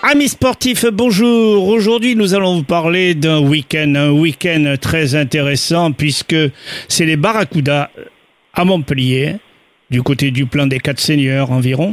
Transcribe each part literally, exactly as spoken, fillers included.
Amis sportifs, bonjour. Aujourd'hui, nous allons vous parler d'un week-end, un week-end très intéressant puisque c'est les Barracudas à Montpellier, du côté du plan des Quatre Seigneurs environ,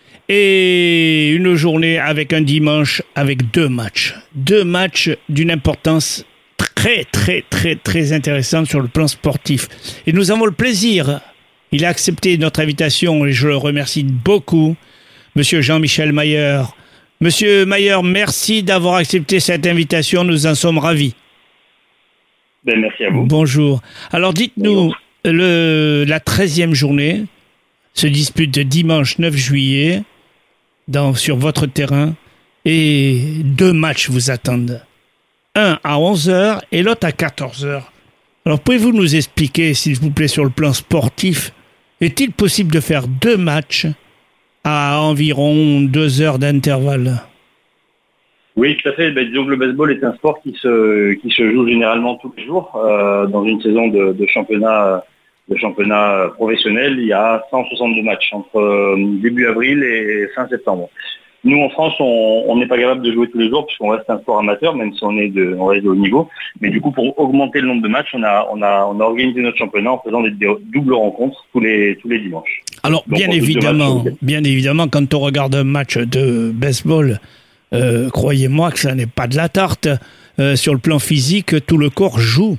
et une journée avec un dimanche avec deux matchs. Deux matchs d'une importance très, très, très, très intéressante sur le plan sportif. Et nous avons le plaisir, il a accepté notre invitation et je le remercie beaucoup, Monsieur Jean-Michel Mayer. Monsieur Mayer, merci d'avoir accepté cette invitation, nous en sommes ravis. Ben, merci à vous. Bonjour. Alors dites-nous, le, la treizième journée se dispute dimanche neuf juillet dans, sur votre terrain et deux matchs vous attendent. Un à onze heures et l'autre à quatorze heures. Alors pouvez-vous nous expliquer, s'il vous plaît, sur le plan sportif, est-il possible de faire deux matchs à environ deux heures d'intervalle? Oui, tout à fait. Ben, disons que le baseball est un sport qui se qui se joue généralement tous les jours. Euh, dans une saison de, de championnat de championnat professionnel, il y a cent soixante-deux matchs entre euh, début avril et fin septembre. Nous, en France, on n'est pas capable de jouer tous les jours puisqu'on reste un sport amateur, même si on est de, on reste de haut niveau. Mais du coup, pour augmenter le nombre de matchs, on a, on a, on a organisé notre championnat en faisant des, des doubles rencontres tous les, tous les dimanches. Alors, Donc, bien évidemment, bien évidemment, quand on regarde un match de baseball, euh, croyez-moi que ça n'est pas de la tarte. Euh, sur le plan physique, tout le corps joue.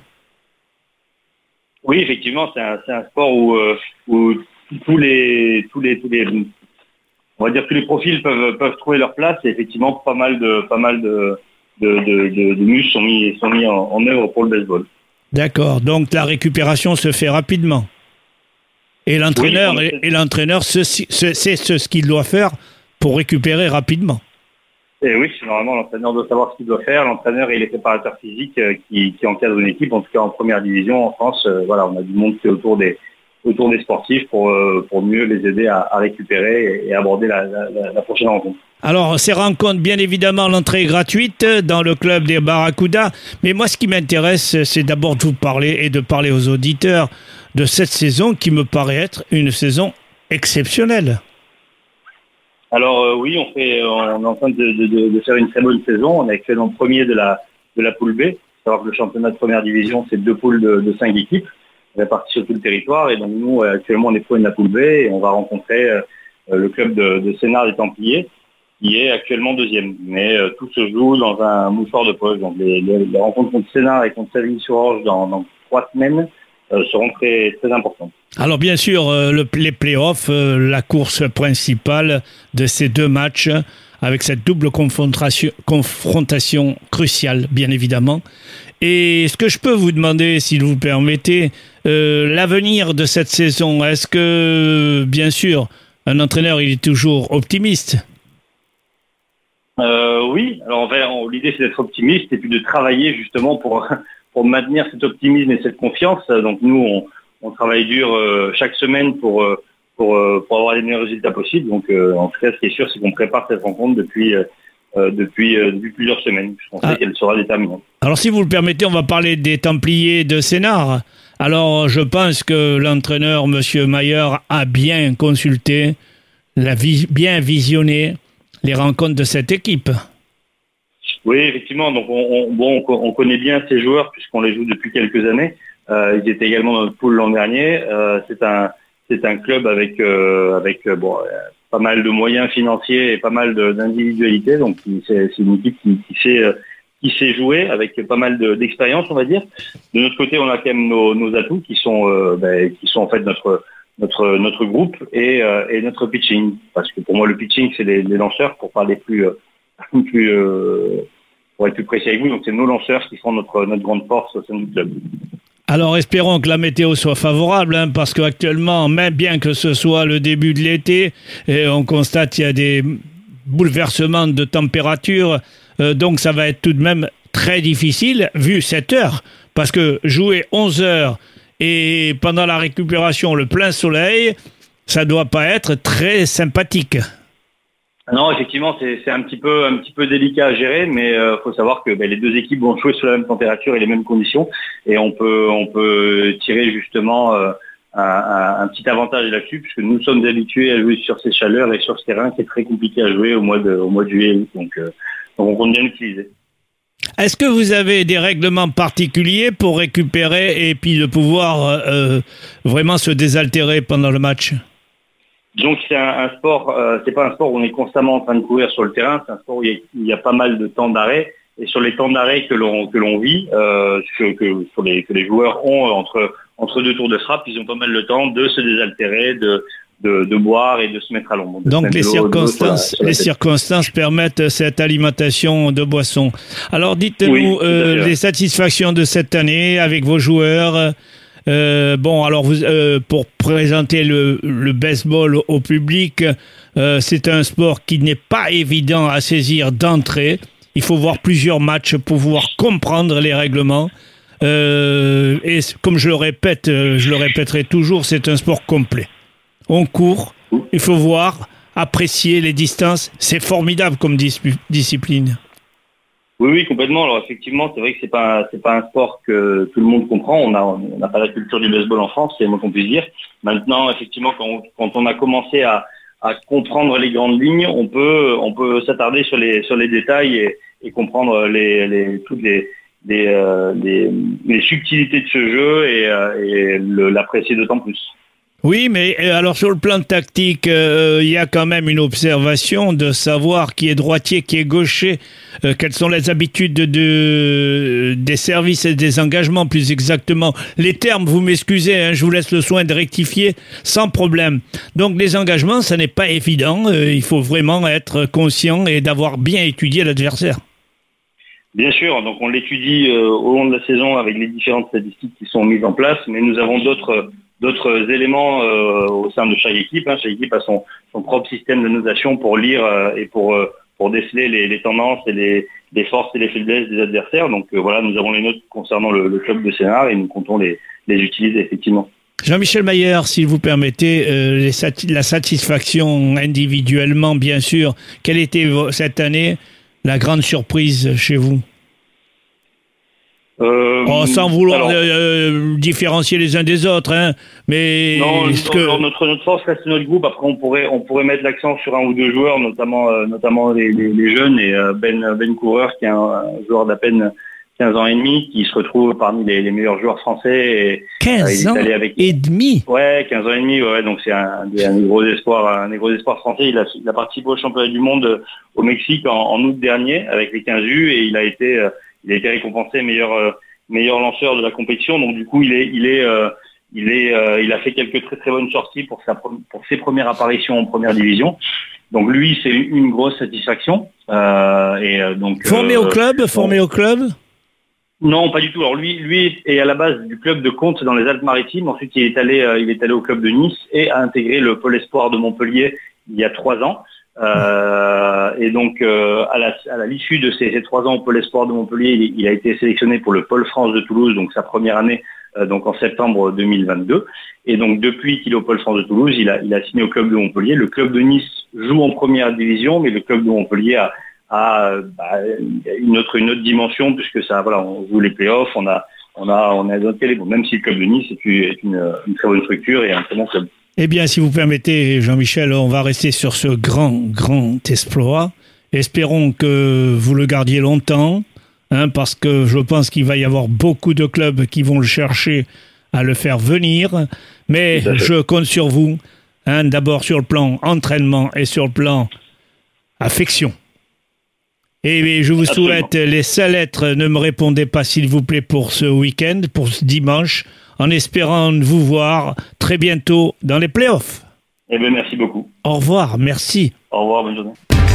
Oui, effectivement, c'est un, c'est un sport où, euh, où tous les, tous les, tous les, on va dire que les profils peuvent peuvent trouver leur place et effectivement pas mal de pas mal de de, de, de, de muscles sont mis sont mis en, en œuvre pour le baseball. D'accord. Donc la récupération se fait rapidement. Et l'entraîneur oui, et, et l'entraîneur c'est ce, ce, ce qu'il doit faire pour récupérer rapidement. Et oui, normalement l'entraîneur doit savoir ce qu'il doit faire. L'entraîneur et les préparateurs physiques euh, qui qui encadrent une équipe, en tout cas en première division en France, euh, voilà, on a du monde qui est autour des autour des sportifs pour, euh, pour mieux les aider à, à récupérer et aborder la, la, la prochaine rencontre. Alors, ces rencontres, bien évidemment, l'entrée est gratuite dans le club des Barracudas. Mais moi, ce qui m'intéresse, c'est d'abord de vous parler et de parler aux auditeurs de cette saison qui me paraît être une saison exceptionnelle. Alors euh, oui, on, fait, on est en train de, de, de faire une très bonne saison. On est actuellement premier de la, de la poule B. Il faut savoir que le championnat de première division, c'est deux poules de, de cinq équipes répartis sur tout le territoire et donc nous actuellement on est premier de la poule B et on va rencontrer euh, le club de, de Sénart des Templiers qui est actuellement deuxième. Mais euh, tout se joue dans un mouchoir de poche. Donc les, les, les rencontres contre Sénart et contre Savigny-sur-Orge dans, dans trois semaines euh, seront très très importantes. Alors bien sûr euh, le, les playoffs, euh, la course principale de ces deux matchs avec cette double confrontation, confrontation cruciale bien évidemment. Et ce que je peux vous demander, s'il vous permettez, euh, l'avenir de cette saison, est-ce que, bien sûr, un entraîneur, il est toujours optimiste? euh, Oui, alors en fait, l'idée c'est d'être optimiste et puis de travailler justement pour, pour maintenir cet optimisme et cette confiance. Donc nous, on, on travaille dur euh, chaque semaine pour, pour, pour avoir les meilleurs résultats possibles. Donc euh, en tout cas, ce qui est sûr, c'est qu'on prépare cette rencontre depuis... Euh, Euh, depuis, euh, depuis plusieurs semaines. Je pensais ah. qu'elle sera déterminante. Alors si vous le permettez, on va parler des Templiers de Sénart. Alors je pense que l'entraîneur, Monsieur Mayer, a bien consulté, la vi- bien visionné les rencontres de cette équipe. Oui, effectivement. Donc on, on, bon, on connaît bien ces joueurs puisqu'on les joue depuis quelques années. Euh, ils étaient également dans notre pool l'an dernier. Euh, c'est un c'est un club avec euh, avec euh, bon. Euh, pas mal de moyens financiers et pas mal de, d'individualité, donc c'est, c'est une équipe qui, qui sait qui sait jouer avec pas mal de, d'expérience, on va dire. De notre côté, on a quand même nos, nos atouts qui sont euh, ben, qui sont en fait notre notre notre groupe et, euh, et notre pitching, parce que pour moi le pitching c'est les, les lanceurs, pour parler plus euh, plus euh, pour être plus précis avec vous, donc c'est nos lanceurs qui font notre notre grande force au sein du club. Alors espérons que la météo soit favorable, hein, parce qu'actuellement, même bien que ce soit le début de l'été, et on constate qu'il y a des bouleversements de température, euh, donc ça va être tout de même très difficile, vu cette heure, parce que jouer onze heures et pendant la récupération le plein soleil, ça doit pas être très sympathique. Non, effectivement, c'est, c'est un petit peu un petit peu délicat à gérer, mais euh, faut savoir que ben, les deux équipes vont jouer sous la même température et les mêmes conditions, et on peut on peut tirer justement euh, un, un, un petit avantage là-dessus, puisque nous sommes habitués à jouer sur ces chaleurs et sur ce terrain qui est très compliqué à jouer au mois de, au mois de juillet. Donc, euh, donc on compte bien l'utiliser. Est-ce que vous avez des règlements particuliers pour récupérer et puis de pouvoir euh, vraiment se désaltérer pendant le match? Donc c'est un, un sport, euh, c'est pas un sport où on est constamment en train de courir sur le terrain, c'est un sport où il y a, il y a pas mal de temps d'arrêt, et sur les temps d'arrêt que l'on que l'on vit, euh, que, que, sur les, que les joueurs ont entre entre deux tours de frappe, ils ont pas mal de temps de se désaltérer, de de, de boire et de se mettre à l'ombre. Donc les circonstances, les circonstances permettent cette alimentation de boissons. Alors dites-nous oui, euh, les satisfactions de cette année avec vos joueurs. Euh, bon, alors vous, euh, pour présenter le, le baseball au, au public, euh, c'est un sport qui n'est pas évident à saisir d'entrée. Il faut voir plusieurs matchs pour pouvoir comprendre les règlements. Euh, et comme je le répète, je le répéterai toujours, c'est un sport complet. On court, il faut voir, apprécier les distances. C'est formidable comme dis- discipline. Oui, oui, complètement. Alors effectivement, c'est vrai que c'est pas c'est pas un sport que tout le monde comprend. On a on n'a pas la culture du baseball en France, c'est le moins qu'on puisse dire. Maintenant, effectivement, quand on, quand on a commencé à, à comprendre les grandes lignes, on peut on peut s'attarder sur les sur les détails et, et comprendre les, les toutes les les, euh, les les subtilités de ce jeu et, euh, et le, l'apprécier d'autant plus. Oui, mais alors sur le plan tactique, euh, il y a quand même une observation de savoir qui est droitier, qui est gaucher, euh, quelles sont les habitudes de, de, des services et des engagements, plus exactement. Les termes, vous m'excusez, hein, je vous laisse le soin de rectifier sans problème. Donc les engagements, ça n'est pas évident, euh, il faut vraiment être conscient et d'avoir bien étudié l'adversaire. Bien sûr, donc on l'étudie euh, au long de la saison avec les différentes statistiques qui sont mises en place, mais nous avons d'autres... d'autres éléments euh, au sein de chaque équipe. Hein. Chaque équipe a son, son propre système de notation pour lire euh, et pour, euh, pour déceler les, les tendances et les, les forces et les faiblesses des adversaires. Donc euh, voilà, nous avons les notes concernant le, le club de Sénart et nous comptons les, les utiliser effectivement. Jean-Michel Mayer, si vous permettez, euh, les sati- la satisfaction individuellement, bien sûr. Quelle était cette année la grande surprise chez vous? Euh, oh, sans vouloir alors, euh, différencier les uns des autres, hein, mais non, est-ce que... notre notre force reste notre groupe. Après, on pourrait on pourrait mettre l'accent sur un ou deux joueurs, notamment euh, notamment les, les, les jeunes et euh, Ben Ben Coureur, qui est un, un joueur d'à peine quinze ans et demi, qui se retrouve parmi les, les meilleurs joueurs français. Et, quinze ans avec... et demi. Ouais, quinze ans et demi. Ouais, donc c'est un, un, un gros espoir, un des gros espoirs français. Il a, il a participé au championnat du monde au Mexique en, en août dernier avec les quinze U et il a été euh, il a été récompensé meilleur euh, meilleur lanceur de la compétition. Donc du coup, il est il est euh, il est euh, il a fait quelques très très bonnes sorties pour sa pour ses premières apparitions en première division. Donc lui, c'est une grosse satisfaction. Euh, et euh, donc formé euh, au club, bon, formé au club. Non, pas du tout. Alors lui, lui est à la base du club de Comtes dans les Alpes-Maritimes. Ensuite, il est allé, euh, il est allé au club de Nice et a intégré le pôle espoir de Montpellier il y a trois ans. Euh, et donc, euh, à, la, à l'issue de ces, ces trois ans au pôle espoir de Montpellier, il, il a été sélectionné pour le pôle France de Toulouse, donc sa première année, euh, donc en septembre deux mille vingt-deux. Et donc, depuis qu'il est au pôle France de Toulouse, il a, il a signé au club de Montpellier. Le club de Nice joue en première division, mais le club de Montpellier a à bah, une autre une autre dimension puisque ça voilà on joue les playoffs, on a on a on a d'autres bon, même si le club de Nice est une, est une, une très bonne structure et un très bon club. Eh bien, si vous permettez, Jean-Michel, on va rester sur ce grand grand exploit. Espérons que vous le gardiez longtemps, hein, parce que je pense qu'il va y avoir beaucoup de clubs qui vont le chercher à le faire venir. Mais je compte sur vous, hein, d'abord sur le plan entraînement et sur le plan affection. Et je vous souhaite les seules lettres. Ne me répondez pas, s'il vous plaît, pour ce week-end, pour ce dimanche, en espérant vous voir très bientôt dans les playoffs. Eh bien, merci beaucoup. Au revoir, merci. Au revoir, bonne journée.